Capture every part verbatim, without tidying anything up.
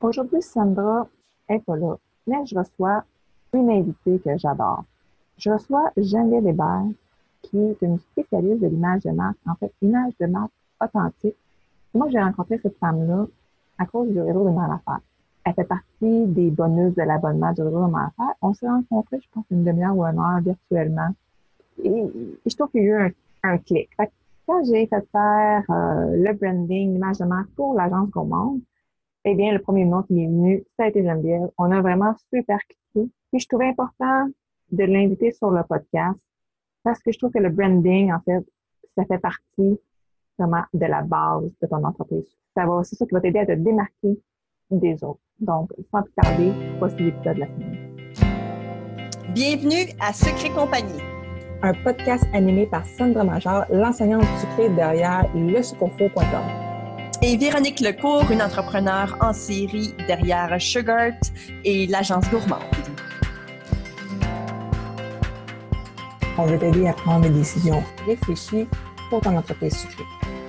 Aujourd'hui, Sandra est pas là, mais je reçois une invitée que j'adore. Je reçois Geneviève Hébert, qui est une spécialiste de l'image de marque, en fait, image de marque authentique. Moi, j'ai rencontré cette femme-là à cause du réseau de mon affaire. Elle fait partie des bonus de l'abonnement du réseau de mon affaire. On s'est rencontrés, je pense, une demi-heure ou une heure virtuellement. Et, et je trouve qu'il y a eu un, un clic. Fait que quand j'ai fait faire euh, le branding, l'image de marque pour l'agence Gourmande, eh bien, le premier nom qui est venu, ça a été Geneviève. On a vraiment super cliqué. Puis, je trouvais important de l'inviter sur le podcast parce que je trouve que le branding, en fait, ça fait partie vraiment de la base de ton entreprise. Ça va, c'est ça qui va t'aider à te démarquer des autres. Donc, sans plus tarder, voici l'épisode de la semaine. Bienvenue à Secret Compagnie, un podcast animé par Sandra Major, l'enseignante sucrée derrière le sucofo point com. Et Véronique Lecourt, une entrepreneure en série derrière Sugart et l'agence Gourmande. On veut t'aider à prendre des décisions réfléchies pour ton entreprise sucrée.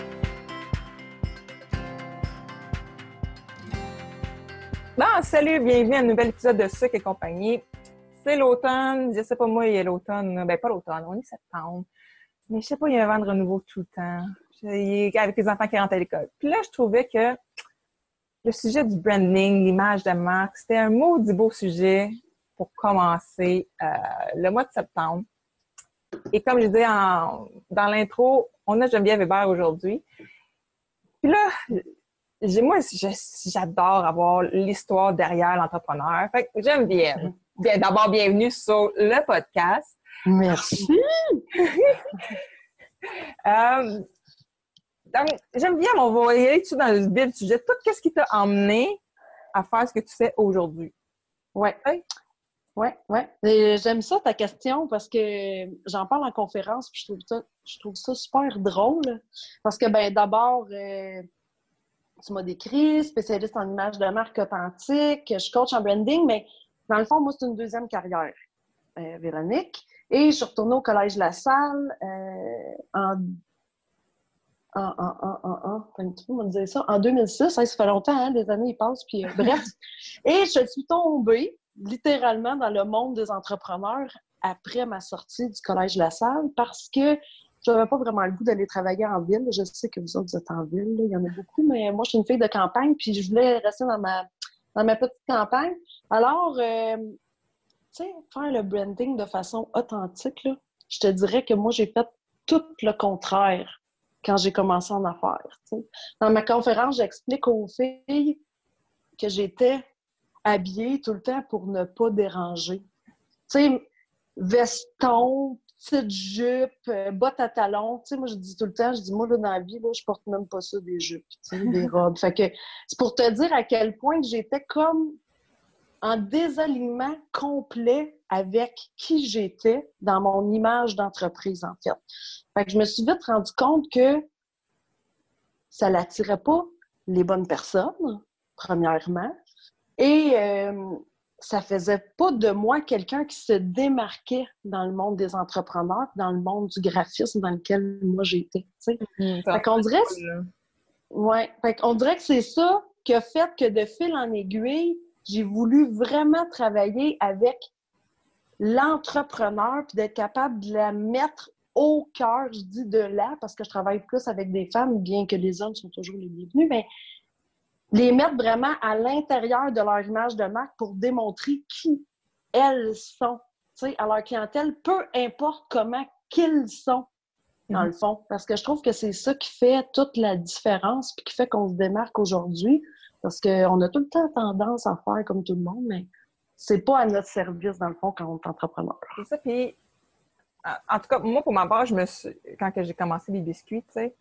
Bon, salut, bienvenue à un nouvel épisode de Sucre et compagnie. C'est l'automne, je sais pas moi, il y a l'automne, ben pas l'automne, on est septembre, mais je sais pas, il y a un vent de renouveau tout le temps. Avec les enfants qui rentrent à l'école. Puis là, je trouvais que le sujet du branding, l'image de marque, c'était un maudit beau sujet pour commencer euh, le mois de septembre. Et comme je disais en, dans l'intro, on a Geneviève Hébert aujourd'hui. Puis là, j'ai, moi, j'adore avoir l'histoire derrière l'entrepreneur. Fait que Geneviève, bien, d'abord, bienvenue sur le podcast. Merci! euh, Donc, Geneviève, on va y aller tout dans le vif du sujet. Tout, qu'est-ce qui t'a emmené à faire ce que tu fais aujourd'hui? Oui. Oui, oui. Et j'aime ça, ta question, parce que j'en parle en conférence, puis je trouve ça, je trouve ça super drôle. Parce que, ben d'abord, euh, tu m'as décrit, spécialiste en image de marque authentique, je coach en branding, mais dans le fond, moi, c'est une deuxième carrière, euh, Véronique. Et je suis retournée au Collège La Salle euh, en En, en, en, en, en, tu peux me dire ça, en deux mille six, hein, ça fait longtemps, hein, les années ils passent, puis euh, bref. Et je suis tombée, littéralement, dans le monde des entrepreneurs après ma sortie du Collège La Salle parce que je n'avais pas vraiment le goût d'aller travailler en ville. Je sais que vous autres, vous êtes en ville, là, il y en a beaucoup, mais moi, je suis une fille de campagne, puis je voulais rester dans ma, dans ma petite campagne. Alors, euh, tu sais, faire le branding de façon authentique, là, je te dirais que moi, j'ai fait tout le contraire quand j'ai commencé en affaires. T'sais. Dans ma conférence, j'explique aux filles que j'étais habillée tout le temps pour ne pas déranger. Tu sais, veston, petite jupe, euh, bottes à talons. Tu sais, moi, je dis tout le temps, je dis, moi, là, dans la vie, là, je porte même pas ça, des jupes, tu sais, des robes. Fait que c'est pour te dire à quel point j'étais comme en désalignement complet avec qui j'étais dans mon image d'entreprise, en fait. Fait que je me suis vite rendu compte que ça l'attirait pas les bonnes personnes, premièrement, et euh, ça faisait pas de moi quelqu'un qui se démarquait dans le monde des entrepreneurs, dans le monde du graphisme dans lequel moi j'étais. Mmh, fait qu'on dirait, ouais, fait qu'on dirait que c'est ça qui a fait que de fil en aiguille, j'ai voulu vraiment travailler avec l'entrepreneur puis d'être capable de la mettre au cœur, je dis de là, parce que je travaille plus avec des femmes, bien que les hommes sont toujours les bienvenus, mais les mettre vraiment à l'intérieur de leur image de marque pour démontrer qui elles sont, tu sais, à leur clientèle, peu importe comment qu'ils sont, dans mm-hmm. le fond. Parce que je trouve que c'est ça qui fait toute la différence puis qui fait qu'on se démarque aujourd'hui. Parce qu'on a tout le temps tendance à faire comme tout le monde, mais c'est pas à notre service, dans le fond, quand on est entrepreneur. C'est ça, puis en tout cas, moi, pour ma part, je me suis, quand j'ai commencé les biscuits, tu sais,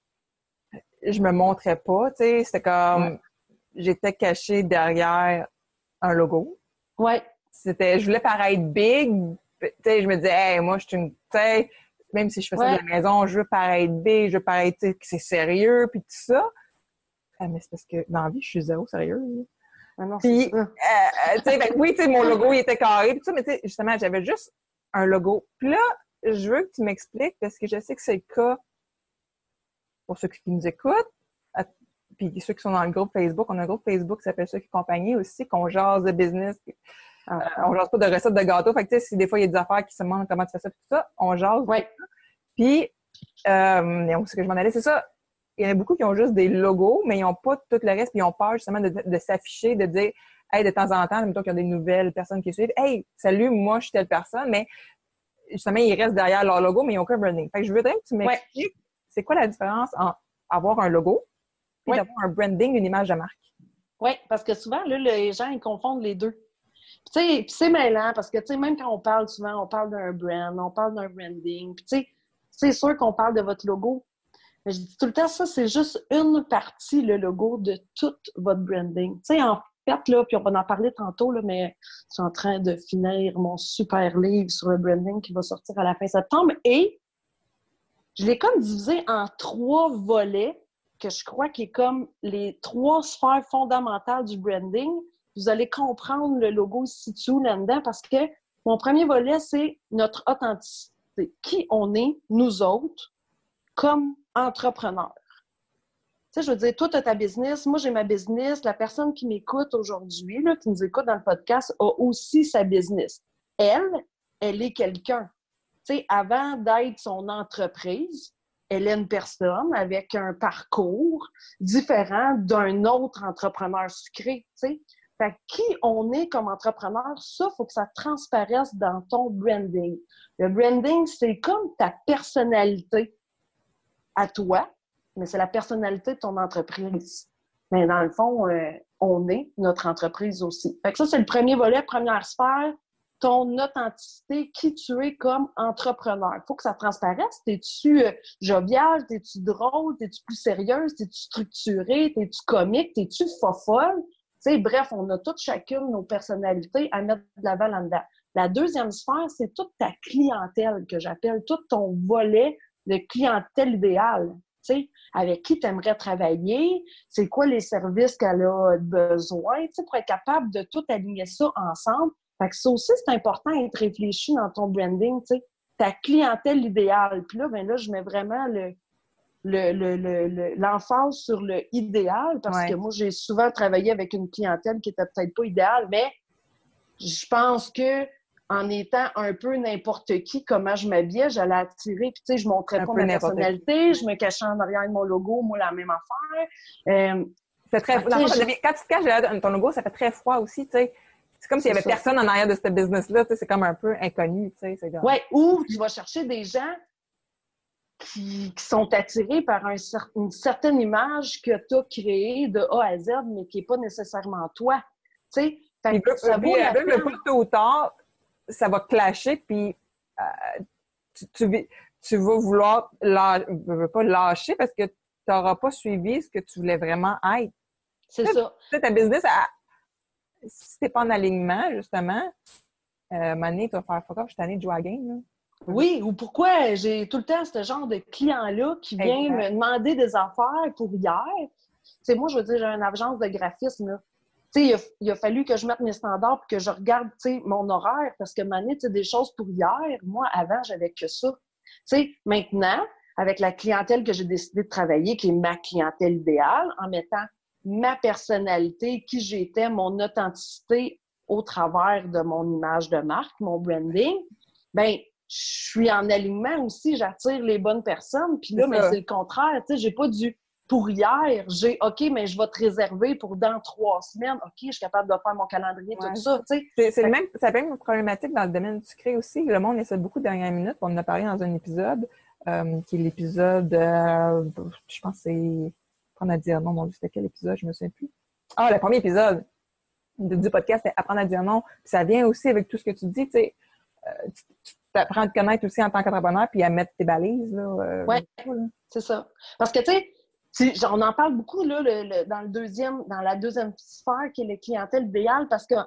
je me montrais pas, tu sais, c'était comme, ouais. J'étais cachée derrière un logo. Ouais. C'était, je voulais paraître big, tu sais, je me disais, hey, moi, je suis une, tu sais, même si je fais ça ouais. de la maison, je veux paraître big, je veux paraître, tu sais, que c'est sérieux, puis tout ça. Ah, mais c'est parce que dans la vie, je suis zéro sérieuse. Ah non, puis, c'est ça. Euh, tu sais, ben, oui, tu sais, mon logo, il était carré, puis tout ça, mais tu sais, justement, j'avais juste un logo. Puis là, je veux que tu m'expliques, parce que je sais que c'est le cas pour ceux qui nous écoutent, puis ceux qui sont dans le groupe Facebook, on a un groupe Facebook qui s'appelle Ceux qui compagnie aussi, qu'on jase de business. Ah, euh, on jase pas de recettes de gâteaux. Fait que, tu sais, si des fois, il y a des affaires qui se demandent comment tu fais ça, tout ça, on jase. Ouais. Puis, euh, où c'est que je m'en allais, c'est ça. Il y en a beaucoup qui ont juste des logos, mais ils n'ont pas tout le reste, puis ils ont peur justement de, de s'afficher, de dire, hey, de temps en temps, mettons qu'il y a des nouvelles personnes qui suivent, hey, salut, moi, je suis telle personne, mais justement, ils restent derrière leur logo, mais ils n'ont aucun branding. Fait que je voudrais que tu m'expliques, ouais. c'est quoi la différence entre avoir un logo et ouais. d'avoir un branding, une image de marque? Oui, parce que souvent, là, les gens, ils confondent les deux. Tu sais, c'est mêlant, parce que, tu sais, même quand on parle souvent, on parle d'un brand, on parle d'un branding, puis tu sais, c'est sûr qu'on parle de votre logo. Mais je dis tout le temps, ça, c'est juste une partie, le logo, de tout votre branding. Tu sais, en fait, là, puis on va en parler tantôt, là, mais je suis en train de finir mon super livre sur le branding qui va sortir à la fin septembre. Et je l'ai comme divisé en trois volets que je crois qui est comme les trois sphères fondamentales du branding. Vous allez comprendre le logo se situe là-dedans parce que mon premier volet, c'est notre authenticité. Qui on est, nous autres, comme entrepreneurs. Tu sais, je veux dire, toi, tu as ta business, moi, j'ai ma business. La personne qui m'écoute aujourd'hui, là, qui nous écoute dans le podcast, a aussi sa business. Elle, elle est quelqu'un. Tu sais, avant d'être son entreprise, elle est une personne avec un parcours différent d'un autre entrepreneur sucré, tu sais. Fait que qui on est comme entrepreneur, ça, il faut que ça transparaisse dans ton branding. Le branding, c'est comme ta personnalité à toi, mais c'est la personnalité de ton entreprise. Mais dans le fond, euh, on est notre entreprise aussi. Fait que ça, c'est le premier volet, première sphère, ton authenticité, qui tu es comme entrepreneur. Il faut que ça transparaisse. T'es-tu euh, jovial? T'es-tu drôle? T'es-tu plus sérieuse? T'es-tu structurée? T'es-tu comique? T'es-tu fofolle? Tu sais, bref, on a toutes chacune nos personnalités à mettre de l'avant là-dedans. La deuxième sphère, c'est toute ta clientèle que j'appelle, tout ton volet de clientèle idéale. Tu sais, avec qui tu aimerais travailler, c'est quoi les services qu'elle a besoin, tu sais, pour être capable de tout aligner ça ensemble. Fait que ça aussi, c'est important d'être réfléchi dans ton branding, tu sais, ta clientèle idéale. Puis là, ben là, je mets vraiment le, le, le, le, le, l'emphase sur le idéal parce ouais. que moi, j'ai souvent travaillé avec une clientèle qui était peut-être pas idéale, mais je pense que en étant un peu n'importe qui, comment je m'habillais, j'allais attirer, puis tu sais, je montrais un pas ma personnalité, qui. Je me cachais en arrière de mon logo, moi, la même affaire. Euh, c'est très, quand je... tu te caches derrière ton logo, ça fait très froid aussi, tu sais. C'est comme s'il y avait ça. Personne en arrière de ce business-là, tu sais, c'est comme un peu inconnu, tu sais. Comme... Oui, ou tu vas chercher des gens qui, qui sont attirés par un, une certaine image que tu as créée de A à Z, mais qui n'est pas nécessairement toi, tu sais. Fait que ça vaut la peine. Le tôt ou tard, ça va clasher, puis euh, tu, tu, tu vas vouloir lâ- pas lâcher parce que tu n'auras pas suivi ce que tu voulais vraiment être. C'est tu ça. Tu sais, ta business, elle, si tu n'es pas en alignement, justement, euh, à un moment donné, tu vas faire « fuck off, je suis tannée de jouer à la game. » là. Oui, ou pourquoi j'ai tout le temps ce genre de client-là qui vient exact. Me demander des affaires pour hier. Tu sais, moi, je veux dire, j'ai une agence de graphisme, là. Tu sais, il a, il a fallu que je mette mes standards et que je regarde, tu sais, mon horaire parce que maintenant, tu sais, des choses pour hier, moi, avant, j'avais que ça. Tu sais, maintenant, avec la clientèle que j'ai décidé de travailler, qui est ma clientèle idéale, en mettant ma personnalité, qui j'étais, mon authenticité au travers de mon image de marque, mon branding, ben je suis en alignement aussi, j'attire les bonnes personnes. Puis là, mais c'est le contraire, tu sais, j'ai pas du... Pour hier, j'ai OK, mais je vais te réserver pour dans trois semaines. OK, je suis capable de faire mon calendrier, ouais. tout ça. Tu sais. C'est, c'est le même, c'est la même problématique dans le domaine du sucré aussi. Le monde essaie beaucoup de dernière minute. On en a parlé dans un épisode, euh, qui est l'épisode, euh, je pense que c'est, apprendre à dire non, mon Dieu, c'était quel épisode? Je me souviens plus. Ah, le premier épisode du podcast, c'est apprendre à dire non. Puis ça vient aussi avec tout ce que tu dis, tu sais. Euh, tu, tu apprends à te connaître aussi en tant qu'entrepreneur puis à mettre tes balises, là. Euh, oui, c'est ça. Parce que, tu sais, on en parle beaucoup là, le, le, dans, le deuxième, dans la deuxième sphère qui est la clientèle idéale parce que,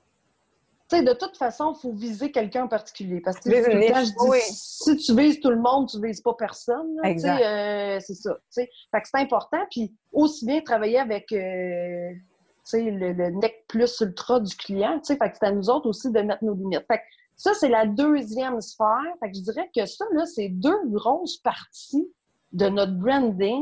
tu sais, de toute façon, il faut viser quelqu'un en particulier. Parce que tout le temps, je dis, oui. si tu vises tout le monde, tu ne vises pas personne. Là, exact. Euh, c'est ça. T'sais. Fait que c'est important. Puis aussi bien travailler avec euh, le, le nec plus ultra du client. Fait que c'est à nous autres aussi de mettre nos limites. Fait que ça, c'est la deuxième sphère. Fait que je dirais que ça, là, c'est deux grosses parties de notre branding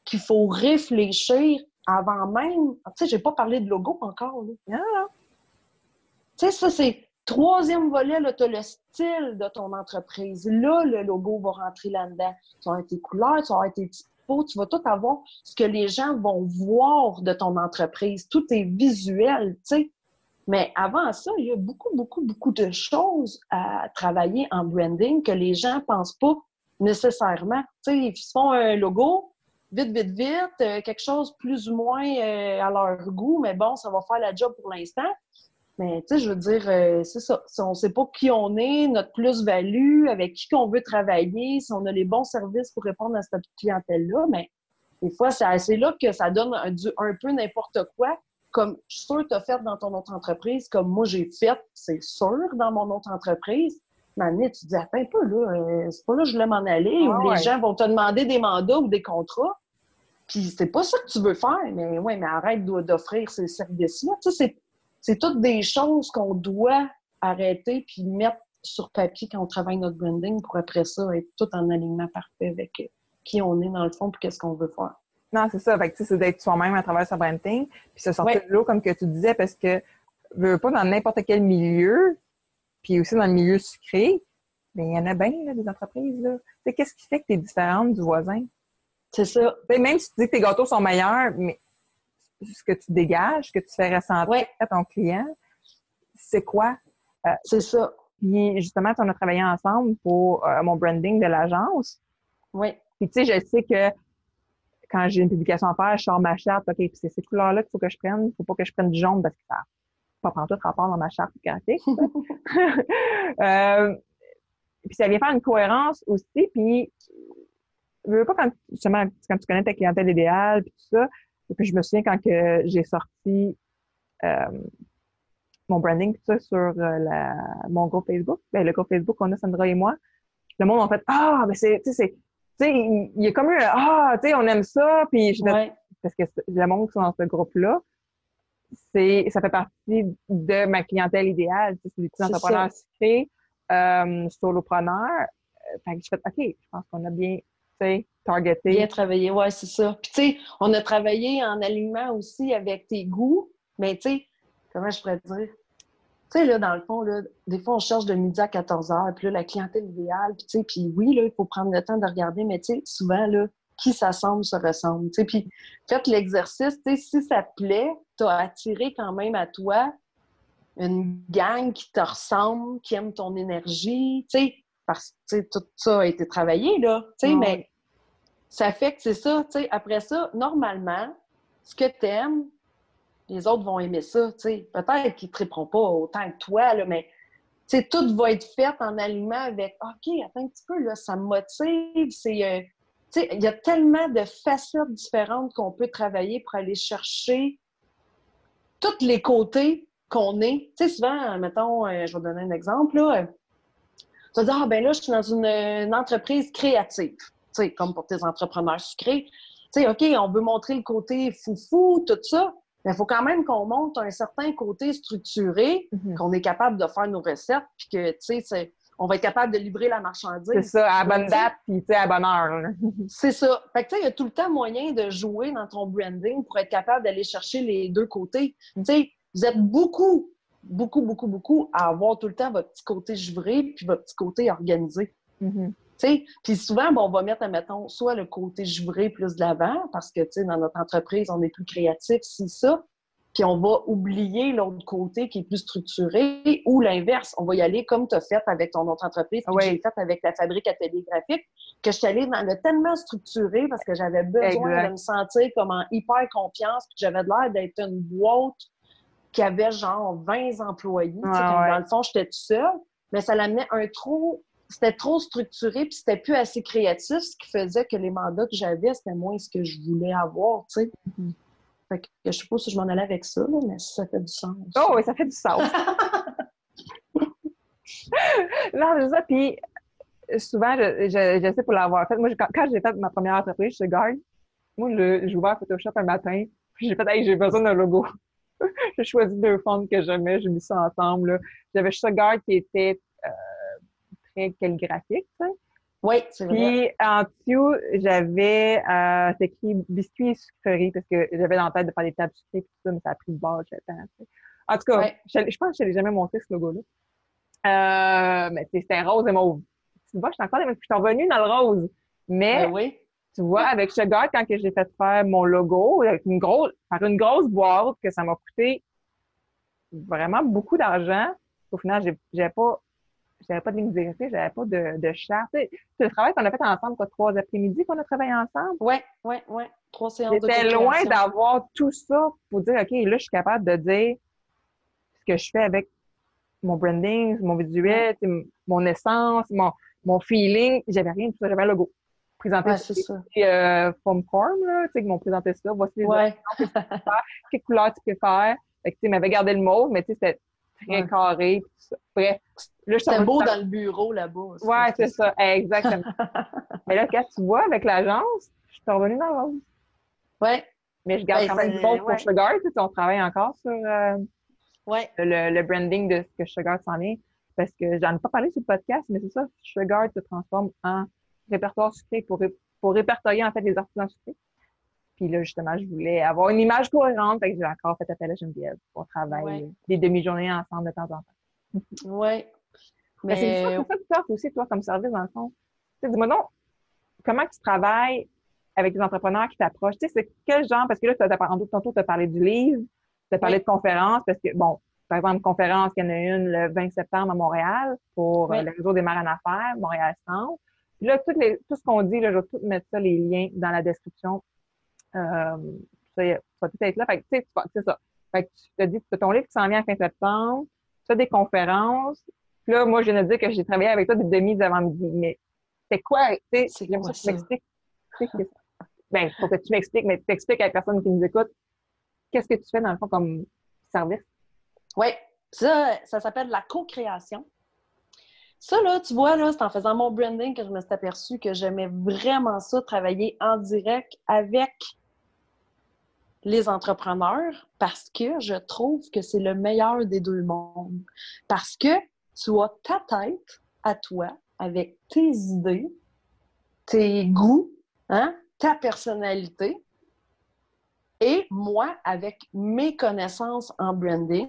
qu'il faut réfléchir avant même. Tu sais, j'ai pas parlé de logo encore, là. Non, non. Tu sais, ça, c'est troisième volet, là, tu as le style de ton entreprise. Là, le logo va rentrer là-dedans. Tu vas avoir tes couleurs, tu vas avoir tes typos, tu vas tout avoir ce que les gens vont voir de ton entreprise. Tout est visuel, tu sais. Mais avant ça, il y a beaucoup, beaucoup, beaucoup de choses à travailler en branding que les gens pensent pas nécessairement. Tu sais, ils se font un logo, vite, vite, vite, euh, quelque chose plus ou moins euh, à leur goût, mais bon, ça va faire la job pour l'instant. Mais tu sais, je veux dire, euh, c'est ça. Si on ne sait pas qui on est, notre plus-value, avec qui qu'on veut travailler, si on a les bons services pour répondre à cette clientèle-là, mais des fois, c'est assez là que ça donne un, un peu n'importe quoi. Comme je suis sûre que tu as fait dans ton autre entreprise, comme moi j'ai fait, c'est sûr, dans mon autre entreprise. Mais tu te dis, attends un peu, là, euh, c'est pas là que je voulais m'en aller, Ah, ou ouais. les gens vont te demander des mandats ou des contrats. Puis c'est pas ça que tu veux faire, mais ouais, mais arrête d'offrir ces services-là. Tu sais, c'est, c'est toutes des choses qu'on doit arrêter puis mettre sur papier quand on travaille notre branding pour après ça être tout en alignement parfait avec qui on est dans le fond et qu'est-ce qu'on veut faire. Non, c'est ça. Fait que, tu sais, c'est d'être soi-même à travers sa branding, puis se sortir ouais. de l'eau, comme que tu disais, parce que, veux pas dans n'importe quel milieu, puis aussi dans le milieu sucré, bien, il y en a bien, là, des entreprises, là. Tu sais, qu'est-ce qui fait que tu es différente du voisin? C'est ça. Tu sais, même si tu dis que tes gâteaux sont meilleurs, mais ce que tu dégages, ce que tu fais ressentir ouais. à ton client, c'est quoi? Euh, c'est ça. Puis, justement, on a travaillé ensemble pour euh, mon branding de l'agence. Oui. Puis, tu sais, je sais que quand j'ai une publication à faire, je sors ma charte, OK, puis c'est ces couleurs-là qu'il faut que je prenne. Il faut pas que je prenne du jaune parce que ça pas prendre tout rapport dans ma charte graphique. euh, puis ça vient faire une cohérence aussi, puis je veux pas quand, justement, quand tu connais ta clientèle idéale, puis tout ça, et puis je me souviens quand que j'ai sorti euh, mon branding, tout ça, sur euh, la, mon groupe Facebook, ben, le groupe Facebook qu'on a, Sandra et moi, le monde en fait, ah, ben c'est, tu sais, c'est, tu sais, il, il y a comme eu, ah, tu sais, on aime ça, puis je ouais. parce que le monde qui sont dans ce groupe-là, c'est, ça fait partie de ma clientèle idéale. Tu sais, c'est des petits entrepreneurs sucrés, euh, solopreneurs. Fait que je fais, OK, je pense qu'on a bien, tu sais, targeté. Bien travaillé, ouais, c'est ça. Puis, tu sais, on a travaillé en alignement aussi avec tes goûts, mais tu sais, comment je pourrais te dire? Tu sais, là, dans le fond, là, des fois, on cherche de midi à quatorze heures, puis là, la clientèle idéale, puis tu sais, puis oui, là, il faut prendre le temps de regarder, mais tu sais, souvent, là, qui s'assemble se ressemble, tu sais, puis faites l'exercice, tu sais, si ça te plaît, tu as attiré quand même à toi une gang qui te ressemble, qui aime ton énergie, tu sais, parce que, tu sais, tout ça a été travaillé, là, tu sais, ouais. mais ça fait que c'est ça, tu sais, après ça, normalement, ce que tu aimes, les autres vont aimer ça, tu sais. Peut-être qu'ils ne triperont pas autant que toi, là, mais tu sais, tout va être fait en alignement avec « OK, attends un petit peu, là, ça me motive, c'est... Euh, » tu sais, il y a tellement de facettes différentes qu'on peut travailler pour aller chercher tous les côtés qu'on est. Tu sais, souvent, mettons, euh, je vais donner un exemple, là, euh, tu vas dire « Ah, ben là, je suis dans une, une entreprise créative. » Tu sais, comme pour tes entrepreneurs sucrés. Tu sais, OK, on veut montrer le côté foufou, tout ça. Mais il faut quand même qu'on monte un certain côté structuré, mm-hmm. qu'on est capable de faire nos recettes, puis que, tu sais, on va être capable de livrer la marchandise. C'est ça, à bonne date, puis tu sais, à bonne heure. C'est ça. Fait que, tu sais, il y a tout le temps moyen de jouer dans ton branding pour être capable d'aller chercher les deux côtés. Mm-hmm. Tu sais, vous êtes beaucoup, beaucoup, beaucoup, beaucoup à avoir tout le temps votre petit côté givré, puis votre petit côté organisé. Mm-hmm. Puis souvent, bon, on va mettre, admettons, soit le côté givré plus de l'avant, parce que, tu sais, dans notre entreprise, on est plus créatif, c'est ça. Puis on va oublier l'autre côté qui est plus structuré, ou l'inverse. On va y aller comme tu as fait avec ton autre entreprise, puis oui. j'ai fait avec la fabrique atelier graphique, que je suis allée dans le tellement structuré parce que j'avais besoin exact. de me sentir comme en hyper confiance, puis j'avais l'air d'être une boîte qui avait genre vingt employés. Ah, ouais. Dans le fond, j'étais toute seule, mais ça l'amenait un trop... C'était trop structuré, puis c'était plus assez créatif, ce qui faisait que les mandats que j'avais, c'était moins ce que je voulais avoir, tu sais. Mm-hmm. Fait que je sais pas si je m'en allais avec ça, là, mais ça fait du sens. Oh oui, ça fait du sens. Non, c'est ça, puis souvent, je, je, je sais pour l'avoir fait, moi, quand, quand j'ai fait ma première entreprise chez Garde, moi, j'ai ouvert Photoshop un matin, puis j'ai fait, hey, j'ai besoin d'un logo. J'ai choisi deux fonds que j'aimais, j'ai mis ça ensemble, là. J'avais chez Garde qui était... Euh, très calligraphique, tu sais. Oui, c'est vrai. Puis en dessous, j'avais euh, c'est écrit biscuits et sucreries parce que j'avais dans la tête de faire des tables sucrées et tout ça, mais ça a pris le bord, je temps, tu sais. En tout cas, Ouais. je, je pense que je ne l'ai jamais montré ce logo-là. Euh, mais tu sais, c'était rose et mauve. Tu vois, je suis encore je suis revenue dans le rose. Mais Ben oui. tu vois, avec Sugar, quand que j'ai fait faire mon logo, avec une grosse, par une grosse boîte que ça m'a coûté vraiment beaucoup d'argent, au final, j'ai, j'avais pas, j'avais pas de ligne directrice, j'avais pas de, de charte. Tu sais, c'est le travail qu'on a fait ensemble, quoi, trois après-midi qu'on a travaillé ensemble. Oui, oui, oui. Trois séances de J'étais loin co-création. d'avoir tout ça pour dire, OK, là, je suis capable de dire ce que je fais avec mon branding, mon visuel, tu sais, mon essence, mon, mon feeling. J'avais rien de tout ça, j'avais un logo. Présenté Ouais, sur c'est ça. les euh, Formcorn, là, tu sais, qui m'ont présenté ça. Voici les Ouais. options, quelle couleur tu préfères. Fait que, tu sais, ils m'avaient gardé le mauve, mais tu sais, c'était très Ouais. carré, pis tout ça. Bref. Là, je suis C'était revenue beau dans- dans le bureau là-bas. Ouais, c'est ça. Exactement. Mais là, quand tu vois, avec l'agence, je suis revenue dans le rose. Ouais. Mais je garde Ben, quand même du c'est- bon pour ouais. Sugar. Tu sais, on travaille encore sur euh, Ouais. le, le branding de ce que Sugar s'en est. Parce que j'en ai pas parlé sur le podcast, mais c'est ça, Sugar se transforme en répertoire sucré pour, ré- pour répertorier en fait les artisans sucrés. Puis là, justement, je voulais avoir une image cohérente, fait que j'ai encore fait appel à Geneviève. On travaille Ouais. des demi-journées ensemble de temps en temps. Ouais. Mais c'est ça, Mais c'est ça que tu offres aussi, toi, comme service, dans le fond. Tu sais, dis-moi donc, comment tu travailles avec les entrepreneurs qui t'approchent? Tu sais, c'est quel genre? Parce que là, tu as, en tantôt, tu as parlé du livre, tu as parlé Oui. de conférences, parce que, bon, par exemple, conférence, il y en a une le vingt septembre à Montréal pour Oui. euh, le réseau des mères en affaires, Montréal Centre. Puis là, toutes les, tout ce qu'on dit, là, je vais tout mettre ça, les liens dans la description. Euh, ça, ça va tout être là. Fait que, tu sais, tu vas- c'est ça. Fait que tu te dis, tu as ton livre qui s'en vient à fin septembre, tu fais des conférences. Puis là, moi, je viens de dire que j'ai travaillé avec toi des demi d'avant-midi. Mais c'est quoi, tu sais, c'est j'aime quoi ça que tu ça? m'expliques. Tu sais, qu'est-ce- Ben, faut que tu m'expliques, mais tu expliques à la personne qui nous écoute, qu'est-ce que tu fais dans le fond comme service? Oui. Ça, ça s'appelle la co-création. Ça, là, tu vois, là, c'est en faisant mon branding que je me suis aperçue que j'aimais vraiment ça, travailler en direct avec les entrepreneurs, parce que je trouve que c'est le meilleur des deux mondes. Parce que tu as ta tête à toi, avec tes idées, tes goûts, hein, ta personnalité, et moi, avec mes connaissances en branding.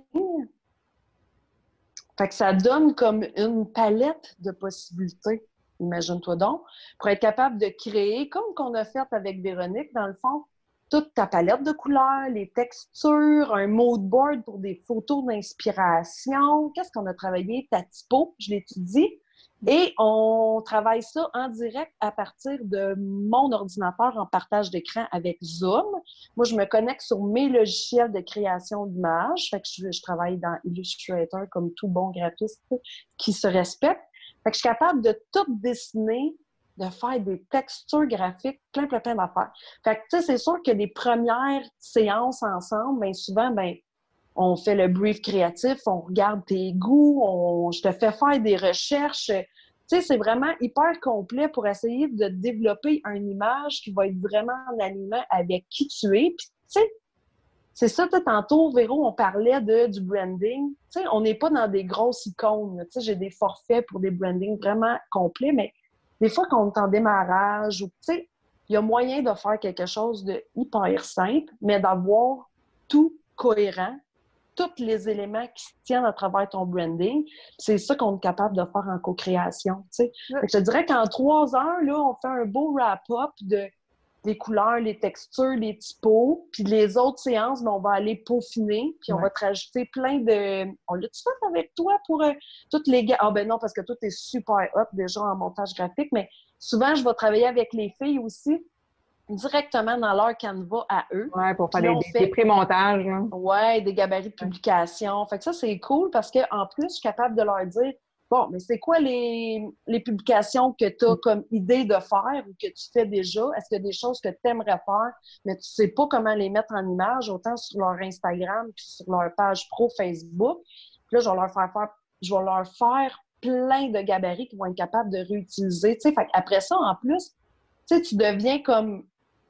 Fait que ça donne comme une palette de possibilités, imagine-toi donc, pour être capable de créer, comme qu'on a fait avec Véronique, dans le fond, toute ta palette de couleurs, les textures, un mood board pour des photos d'inspiration. Qu'est-ce qu'on a travaillé? Ta typo, je l'étudie. Et on travaille ça en direct à partir de mon ordinateur en partage d'écran avec Zoom. Moi, je me connecte sur mes logiciels de création d'images. Fait que je, je travaille dans Illustrator comme tout bon graphiste qui se respecte. Fait que je suis capable de tout dessiner, de faire des textures graphiques, plein, plein, plein d'affaires. Fait que, tu sais, c'est sûr que les premières séances ensemble, bien souvent, ben on fait le brief créatif, on regarde tes goûts, on, je te fais faire des recherches. Tu sais, c'est vraiment hyper complet pour essayer de développer une image qui va être vraiment en alignement avec qui tu es. Puis, tu sais, c'est ça, tout tantôt, Véro, on parlait de, du branding. Tu sais, on n'est pas dans des grosses icônes. Tu sais, j'ai des forfaits pour des brandings vraiment complets, mais des fois, quand on est en démarrage, ou tu sais, il y a moyen de faire quelque chose de hyper simple, mais d'avoir tout cohérent, tous les éléments qui se tiennent à travers ton branding. C'est ça qu'on est capable de faire en co-création. Tu sais. Ouais. Je te dirais qu'en trois heures, là, on fait un beau wrap-up de les couleurs, les textures, les typos. Puis les autres séances, ben, on va aller peaufiner. Puis on Ouais. va te rajouter plein de... On l'a-tu fait avec toi pour euh, toutes les gars? Ah ben non, parce que tout est super hot déjà en montage graphique. Mais souvent, je vais travailler avec les filles aussi, directement dans leur Canva à eux. Ouais, pour faire Puis là, des, on des, fait- des pré-montages, là. Ouais, des gabarits de publication. Fait que ça, c'est cool parce que en plus, je suis capable de leur dire, bon, mais c'est quoi les, les publications que tu as comme idée de faire ou que tu fais déjà? Est-ce qu'il y a des choses que tu aimerais faire, mais tu sais pas comment les mettre en image, autant sur leur Instagram puis sur leur page pro Facebook? Puis là, je vais leur faire faire, je vais leur faire plein de gabarits qu'ils vont être capables de réutiliser. Tu sais, fait qu'après ça, en plus, tu sais, tu deviens comme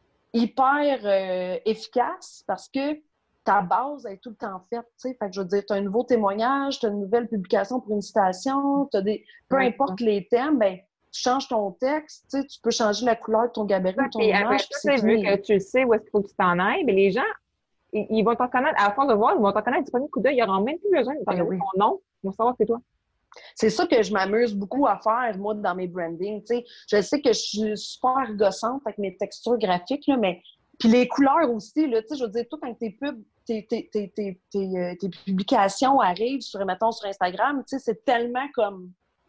hyper euh, efficace parce que ta base est tout le temps faite, tu sais. Fait que je veux dire, tu as un nouveau témoignage, tu as une nouvelle publication pour une citation, tu as des... Peu Ouais. importe les thèmes, ben tu changes ton texte, tu sais, tu peux changer la couleur de ton gabarit ou ton Puis après image, ça, puis c'est tu sais, vu fini. que tu le sais où est-ce qu'il faut que tu t'en ailles, mais les gens, ils, ils vont t'en connaître, à la force de voir, ils vont t'en connaître du premier coup d'œil, ils n'auront même plus besoin de Ben regarder oui. ton nom, ils vont savoir que c'est toi. C'est ça que je m'amuse beaucoup à faire, moi, dans mes brandings. Tu sais, je sais que je suis super gossante avec mes textures graphiques, là, mais puis les couleurs aussi, là, tu sais, je veux dire, toi, quand tes pubs, tes, tes, tes, tes, tes, euh, tes publications arrivent sur, mettons, sur Instagram, tu sais, c'est tellement comme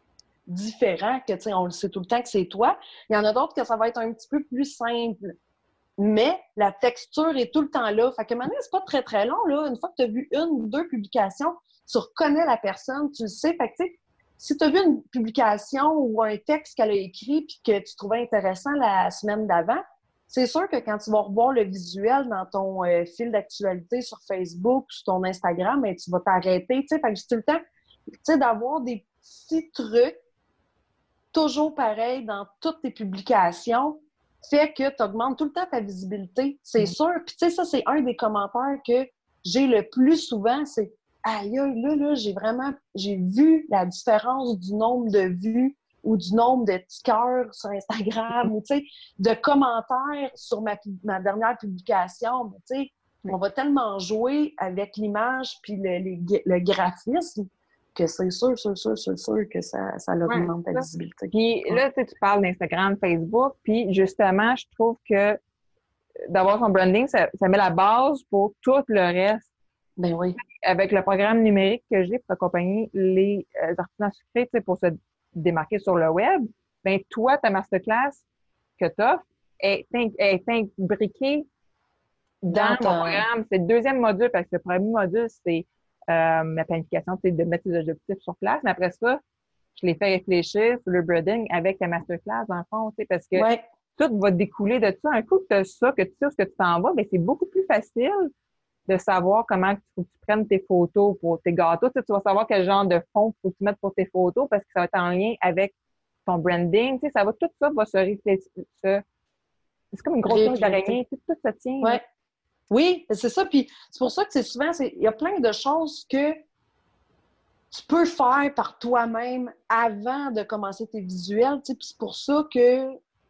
différent que, tu sais, on le sait tout le temps que c'est toi. Il y en a d'autres que ça va être un petit peu plus simple. Mais la texture est tout le temps là. Fait que maintenant, c'est pas très, très long, là. Une fois que tu as vu une ou deux publications, tu reconnais la personne, tu le sais. Fait que, tu sais, si tu as vu une publication ou un texte qu'elle a écrit puis que tu trouvais intéressant la semaine d'avant, c'est sûr que quand tu vas revoir le visuel dans ton euh, fil d'actualité sur Facebook ou sur ton Instagram, ben, tu vas t'arrêter. Tu sais, fait que j'ai tout le temps, tu sais, d'avoir des petits trucs toujours pareils dans toutes tes publications fait que tu augmentes tout le temps ta visibilité. C'est Mm. sûr. Puis tu sais, ça, c'est un des commentaires que j'ai le plus souvent, c'est « Aïe, là, là, j'ai vraiment, j'ai vu la différence du nombre de vues ou du nombre de petits cœurs sur Instagram ou, tu sais, de commentaires sur ma, ma dernière publication. » Tu sais, on va tellement jouer avec l'image puis le, le, le graphisme que c'est sûr, sûr, sûr, sûr, sûr que ça, ça augmente Ouais, ta ça. visibilité. Puis Ouais. là, tu sais, tu parles d'Instagram, Facebook, puis justement, je trouve que d'avoir son branding, ça, ça met la base pour tout le reste. Ben oui. Avec le programme numérique que j'ai pour accompagner les euh, artisans sucrés, tu sais, pour se démarquer sur le web, ben toi, ta masterclass que tu offres est, est imbriquée dans, dans ton programme. C'est le deuxième module, parce que le premier module, c'est euh, ma planification, c'est de mettre les objectifs sur place. Mais après ça, je les fais réfléchir sur le branding avec ta masterclass, dans le fond, tu sais, parce que ouais. tout va découler de ça. Un coup que tu as ça, que tu sais où ce que tu t'en vas, ben c'est beaucoup plus facile de savoir comment il faut que tu prennes tes photos pour tes gâteaux. Tu sais, tu vas savoir quel genre de fond il faut que tu mettes pour tes photos parce que ça va être en lien avec ton branding. Tu sais, ça va, tout ça va se réfléchir. Se... C'est comme une grosse toile d'araignée. Tout, tout ça tient. Ouais. Oui, c'est ça. Puis c'est pour ça que c'est souvent, il y a plein de choses que tu peux faire par toi-même avant de commencer tes visuels. Tu sais, puis c'est pour ça que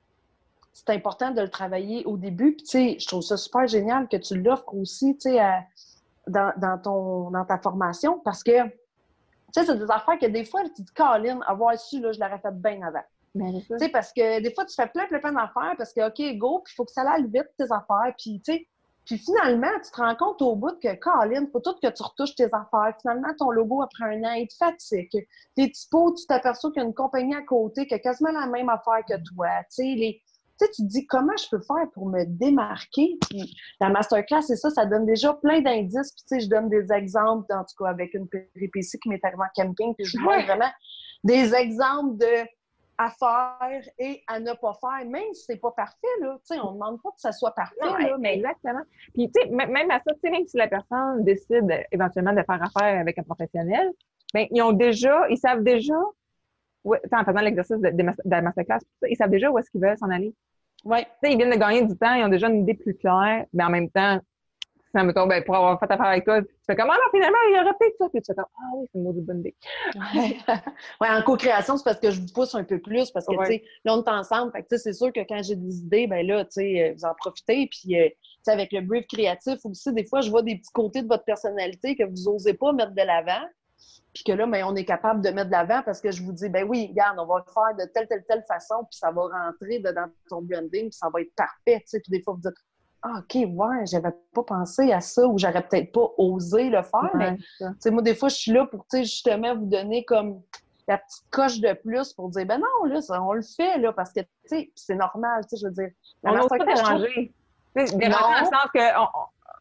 c'est important de le travailler au début. Puis tu sais, je trouve ça super génial que tu l'offres aussi, tu sais, à, dans, dans, ton, dans ta formation parce que, tu sais, c'est des affaires que des fois, tu te dis, Caroline, avoir su, là, je l'aurais fait bien avant. Ben, tu sais, parce que des fois, tu fais plein, plein, plein d'affaires parce que, OK, go, puis il faut que ça aille vite, tes affaires. Puis, tu sais, puis finalement, tu te rends compte au bout que, Caroline, il faut tout que tu retouches tes affaires. Finalement, ton logo, après un an, il te fatigue. Tes typos, tu t'aperçois qu'il y a une compagnie à côté qui a quasiment la même affaire que toi. Tu sais, les... Tu sais, tu te dis comment je peux faire pour me démarquer. Puis la masterclass, c'est ça, ça donne déjà plein d'indices. Puis tu sais, je donne des exemples, en tout cas avec une péripétie qui m'est arrivée en camping. Puis je vois vraiment des exemples de à faire et à ne pas faire, même si c'est pas parfait, là. Tu sais, on ne demande pas que ça soit parfait, non, là, mais... Exactement. Puis, tu sais, même à ça, tu sais, même si la personne décide éventuellement de faire affaire avec un professionnel, ben ils ont déjà, ils savent déjà, ouais, en faisant l'exercice de, de, de la masterclass, ils savent déjà où est-ce qu'ils veulent s'en aller. Ouais. Tu sais, ils viennent de gagner du temps, ils ont déjà une idée plus claire, mais en même temps, ça me tombe, ben, pour avoir fait affaire avec toi, tu fais comme, ah non, finalement, il y aurait peut-être ça, puis tu fais comme, ah oui, c'est une maudite bonne idée. Ouais. Ouais, en co-création, c'est parce que je vous pousse un peu plus, parce que, ouais. tu sais, là, on est ensemble, fait que, tu sais, c'est sûr que quand j'ai des idées, ben là, tu sais, vous en profitez, puis, euh, tu sais, avec le brief créatif aussi, des fois, je vois des petits côtés de votre personnalité que vous osez pas mettre de l'avant, puis que là, ben, on est capable de mettre de l'avant parce que je vous dis, ben oui, regarde, on va le faire de telle, telle, telle façon, puis ça va rentrer dans ton branding, puis ça va être parfait, tu sais, puis des fois, vous dites, ah, OK, ouais, j'avais pas pensé à ça ou j'aurais peut-être pas osé le faire, ouais, mais, tu sais, moi, des fois, je suis là pour, tu sais, justement, vous donner comme la petite coche de plus pour dire, ben non, là, ça, on le fait, là, parce que, tu sais, c'est normal, tu sais, je veux dire. On n'ose pas déranger. Trouve... Déranger dans le sens que on,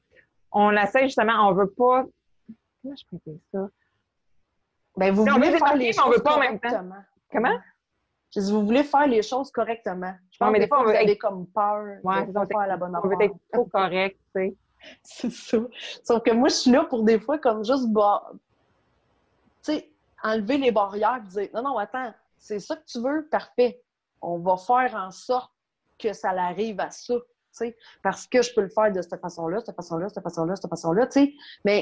on essaie, justement, on veut pas... Comment je peux dire ça? Ben, vous non, voulez on faire les choses on veut pas correctement. En même temps. Comment? Je dis, vous voulez faire les choses correctement. Je pense non, mais que des fois, vous veut avez être... comme peur ouais, de pas faire la bonne affaire. On veut être trop correct, tu sais. C'est ça. Sauf que moi, je suis là pour des fois comme juste, bah, tu sais, enlever les barrières et dire, non, non, attends, c'est ça que tu veux? Parfait. On va faire en sorte que ça arrive à ça, tu sais, parce que je peux le faire de cette façon-là, cette façon-là, cette façon-là, cette façon-là, tu sais. Mais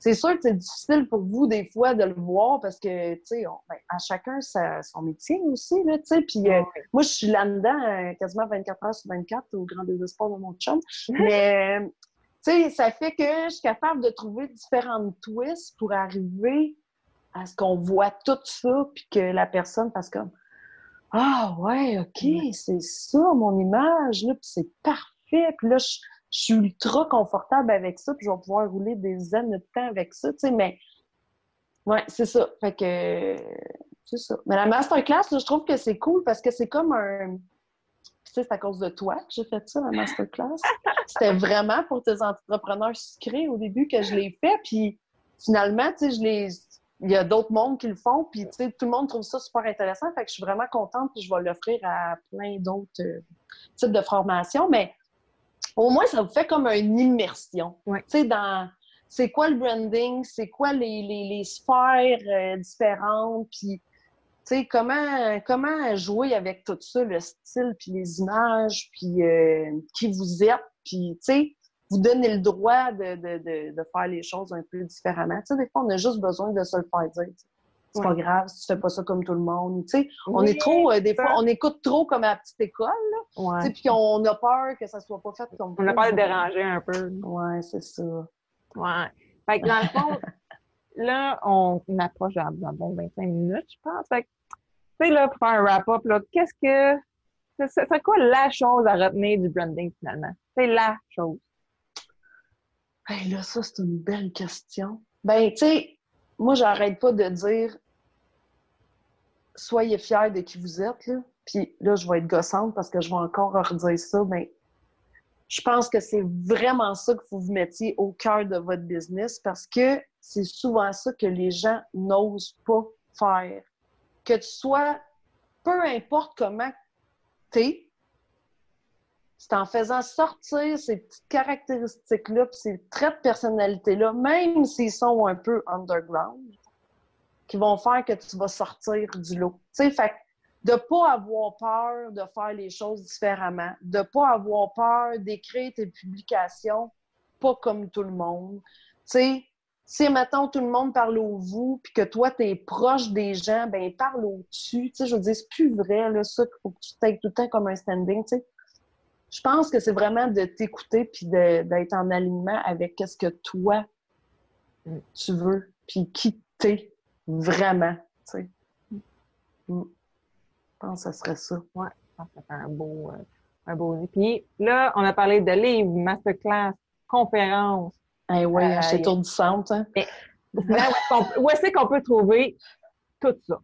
c'est sûr que c'est difficile pour vous, des fois, de le voir parce que, tu sais, ben, à chacun sa, son métier aussi, là, tu sais. Puis euh, moi, je suis là-dedans euh, quasiment vingt-quatre heures sur vingt-quatre, au grand désespoir de mon chum. Mais, euh, tu sais, ça fait que je suis capable de trouver différentes twists pour arriver à ce qu'on voit tout ça, puis que la personne fasse comme « Ah, ouais, OK, c'est ça, mon image, là, puis c'est parfait. » Puis là, je Je suis ultra confortable avec ça, puis je vais pouvoir rouler des années de temps avec ça, tu sais, mais ouais, c'est ça. Fait que c'est ça. Mais la masterclass, là, je trouve que c'est cool parce que c'est comme un... Tu sais, c'est à cause de toi que j'ai fait ça, la masterclass. C'était vraiment pour tes entrepreneurs sucrés au début que je l'ai fait, puis finalement, tu sais, je l'ai... Il y a d'autres mondes qui le font, puis tu sais, tout le monde trouve ça super intéressant, fait que je suis vraiment contente, puis je vais l'offrir à plein d'autres euh, types de formations, mais au moins, ça vous fait comme une immersion. Ouais. Tu sais, dans c'est quoi le branding, c'est quoi les, les, les sphères euh, différentes, puis tu sais, comment, comment jouer avec tout ça, le style, puis les images, puis euh, qui vous êtes, puis tu sais, vous donner le droit de, de, de, de faire les choses un peu différemment. Tu sais, des fois, on a juste besoin de se le faire dire. T'sais. C'est ouais. pas grave si tu fais pas ça comme tout le monde. Tu sais, on oui, est trop, euh, des fois, on écoute trop comme à la petite école, là. Ouais. Tu sais, puis on a peur que ça soit pas fait comme on a peur de déranger un peu. Ouais, c'est ça. Ouais. Fait que dans le fond, là, on approche dans, dans bon vingt-cinq minutes, je pense. Fait que, tu sais, là, pour faire un wrap-up, là, qu'est-ce que, c'est, c'est quoi la chose à retenir du branding, finalement? C'est la chose. Hey, là, ça, c'est une belle question. Ben, tu sais, moi, j'arrête pas de dire soyez fiers de qui vous êtes, là. Puis là, je vais être gossante parce que je vais encore redire ça, mais je pense que c'est vraiment ça qu'il faut que vous mettiez au cœur de votre business parce que c'est souvent ça que les gens n'osent pas faire. Que tu sois, peu importe comment t'es, c'est en faisant sortir ces petites caractéristiques-là puis ces traits de personnalité-là, même s'ils sont un peu underground, qui vont faire que tu vas sortir du lot. Tu sais, fait que de pas avoir peur de faire les choses différemment, de pas avoir peur d'écrire tes publications pas comme tout le monde. Tu sais, si, mettons, tout le monde parle au vous, puis que toi, t'es proche des gens, ben parle au-dessus. Tu sais, je veux dire, c'est plus vrai, là, ça, qu'il faut que tu t'aies tout le temps comme un standing, tu sais. Je pense que c'est vraiment de t'écouter puis de, d'être en alignement avec ce que toi, tu veux, puis qui t'es vraiment, tu sais. Mm. Je pense que ça serait ça. Ouais, je pense que ça fait un beau, euh, un beau nid. Puis là, on a parlé de livres, masterclass, conférences. Eh oui, euh, c'est étourdissante. Hein? Mais, là, où est-ce qu'on peut trouver tout ça?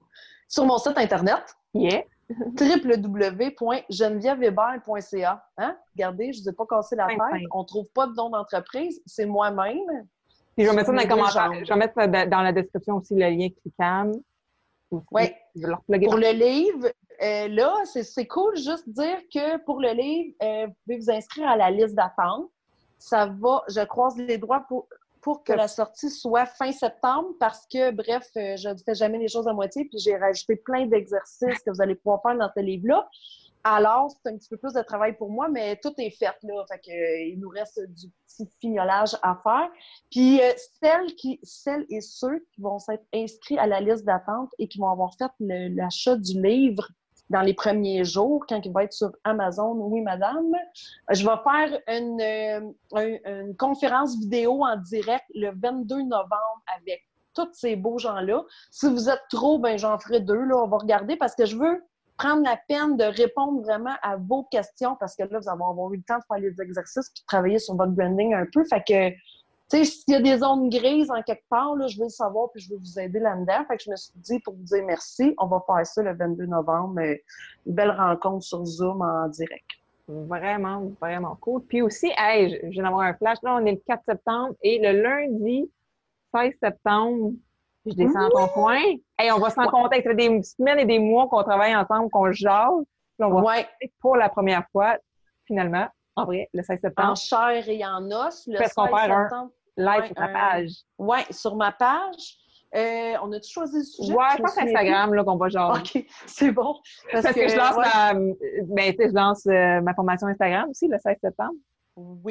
Sur mon site Internet. Yeah. w w w point geneviève weber point c a. Hein? Regardez, je ne vous ai pas cassé la tête. On ne trouve pas de nom d'entreprise. C'est moi-même. Puis je vais mettre ça dans les commentaires. Je vais mettre dans la description aussi le lien cliquable. Oui. Pour le livre, euh, là, c'est, c'est cool juste dire que pour le livre, euh, vous pouvez vous inscrire à la liste d'attente. Ça va, je croise les doigts pour, pour que la sortie soit fin septembre parce que, bref, euh, je ne fais jamais les choses à moitié puis j'ai rajouté plein d'exercices que vous allez pouvoir faire dans ce livre-là. Alors, c'est un petit peu plus de travail pour moi, mais tout est fait, là. Fait que, euh, il nous reste du petit fignolage à faire. Puis, euh, celles, qui, celles et ceux qui vont s'être inscrits à la liste d'attente et qui vont avoir fait le, l'achat du livre dans les premiers jours, quand il va être sur Amazon, oui, madame, je vais faire une, euh, une, une conférence vidéo en direct le vingt-deux novembre avec tous ces beaux gens-là. Si vous êtes trop, ben j'en ferai deux, là. On va regarder parce que je veux prendre la peine de répondre vraiment à vos questions parce que là, vous allez avoir eu le temps de faire les exercices puis de travailler sur votre branding un peu. Fait que, tu sais, s'il y a des zones grises en quelque part, là, je veux le savoir puis je veux vous aider là-dedans. Fait que je me suis dit, pour vous dire merci, on va faire ça le vingt-deux novembre. Une belle rencontre sur Zoom en direct. Vraiment, vraiment cool. Puis aussi, hey, je viens d'avoir un flash. Là, on est le quatre septembre et le lundi seize septembre, je descends oui. dans ton coin. Hey, on va se rencontrer. Ça fait des semaines et des mois qu'on travaille ensemble, qu'on jase. Puis on va ouais. se pour la première fois, finalement, en vrai, le seize septembre. En chair et en os, le seize septembre. Un live ouais, sur ta un... page. Oui, sur ma page. Euh, on a-tu choisi le sujet? Ouais, je pense que c'est Instagram là, qu'on va jaser. OK, c'est bon. Parce, parce que, que je lance, ouais. ma, ben, je lance euh, ma formation Instagram aussi le seize septembre. Oui.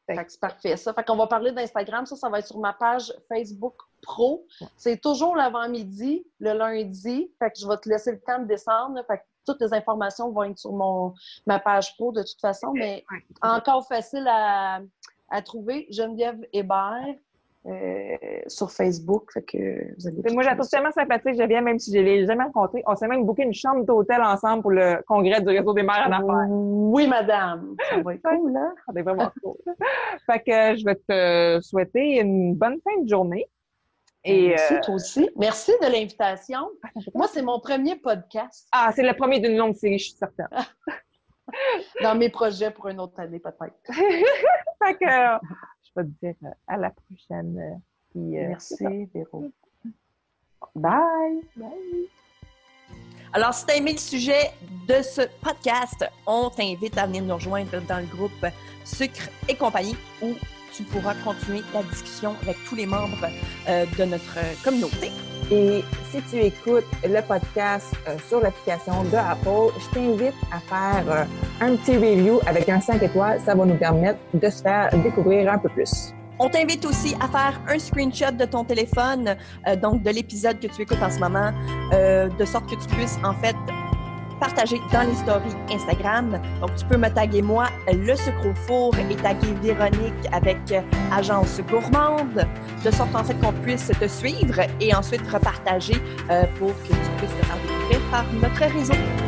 Fait que c'est parfait, ça. Fait qu'on va parler d'Instagram. Ça, ça va être sur ma page Facebook Pro. C'est toujours l'avant-midi, le lundi. Fait que je vais te laisser le temps de descendre. Fait que toutes les informations vont être sur mon, ma page Pro de toute façon. Mais encore facile à, à trouver. Geneviève Hébert euh, sur Facebook. Fait que vous allez moi, je la trouve tellement sympathique, Geneviève, même si je ne l'ai jamais rencontrée. On s'est même booké une chambre d'hôtel ensemble pour le congrès du réseau des mères en affaires. Oui, madame. Ça va être cool, là. Ça va être vraiment cool. Fait que je vais te souhaiter une bonne fin de journée. Et, Merci, euh... toi aussi. Merci de l'invitation. Moi, c'est mon premier podcast. Ah, c'est le premier d'une longue série, je suis certaine. Dans mes projets pour une autre année, peut-être. Fait que euh, je vais te dire euh, à la prochaine. Puis, euh, merci, Véro. Bye! Bye! Alors, si tu as aimé le sujet de ce podcast, on t'invite à venir nous rejoindre dans le groupe Sucre et compagnie où tu pourras continuer la discussion avec tous les membres euh, de notre communauté. Et si tu écoutes le podcast euh, sur l'application de Apple, je t'invite à faire euh, un petit review avec un cinq étoiles. Ça va nous permettre de se faire découvrir un peu plus. On t'invite aussi à faire un screenshot de ton téléphone, euh, donc de l'épisode que tu écoutes en ce moment, euh, de sorte que tu puisses en fait partager dans les stories Instagram. Donc, tu peux me taguer moi, le sucre au four, et taguer Véronique avec Agence Gourmande, de sorte en fait qu'on puisse te suivre et ensuite repartager euh, pour que tu puisses te faire découvrir par notre réseau.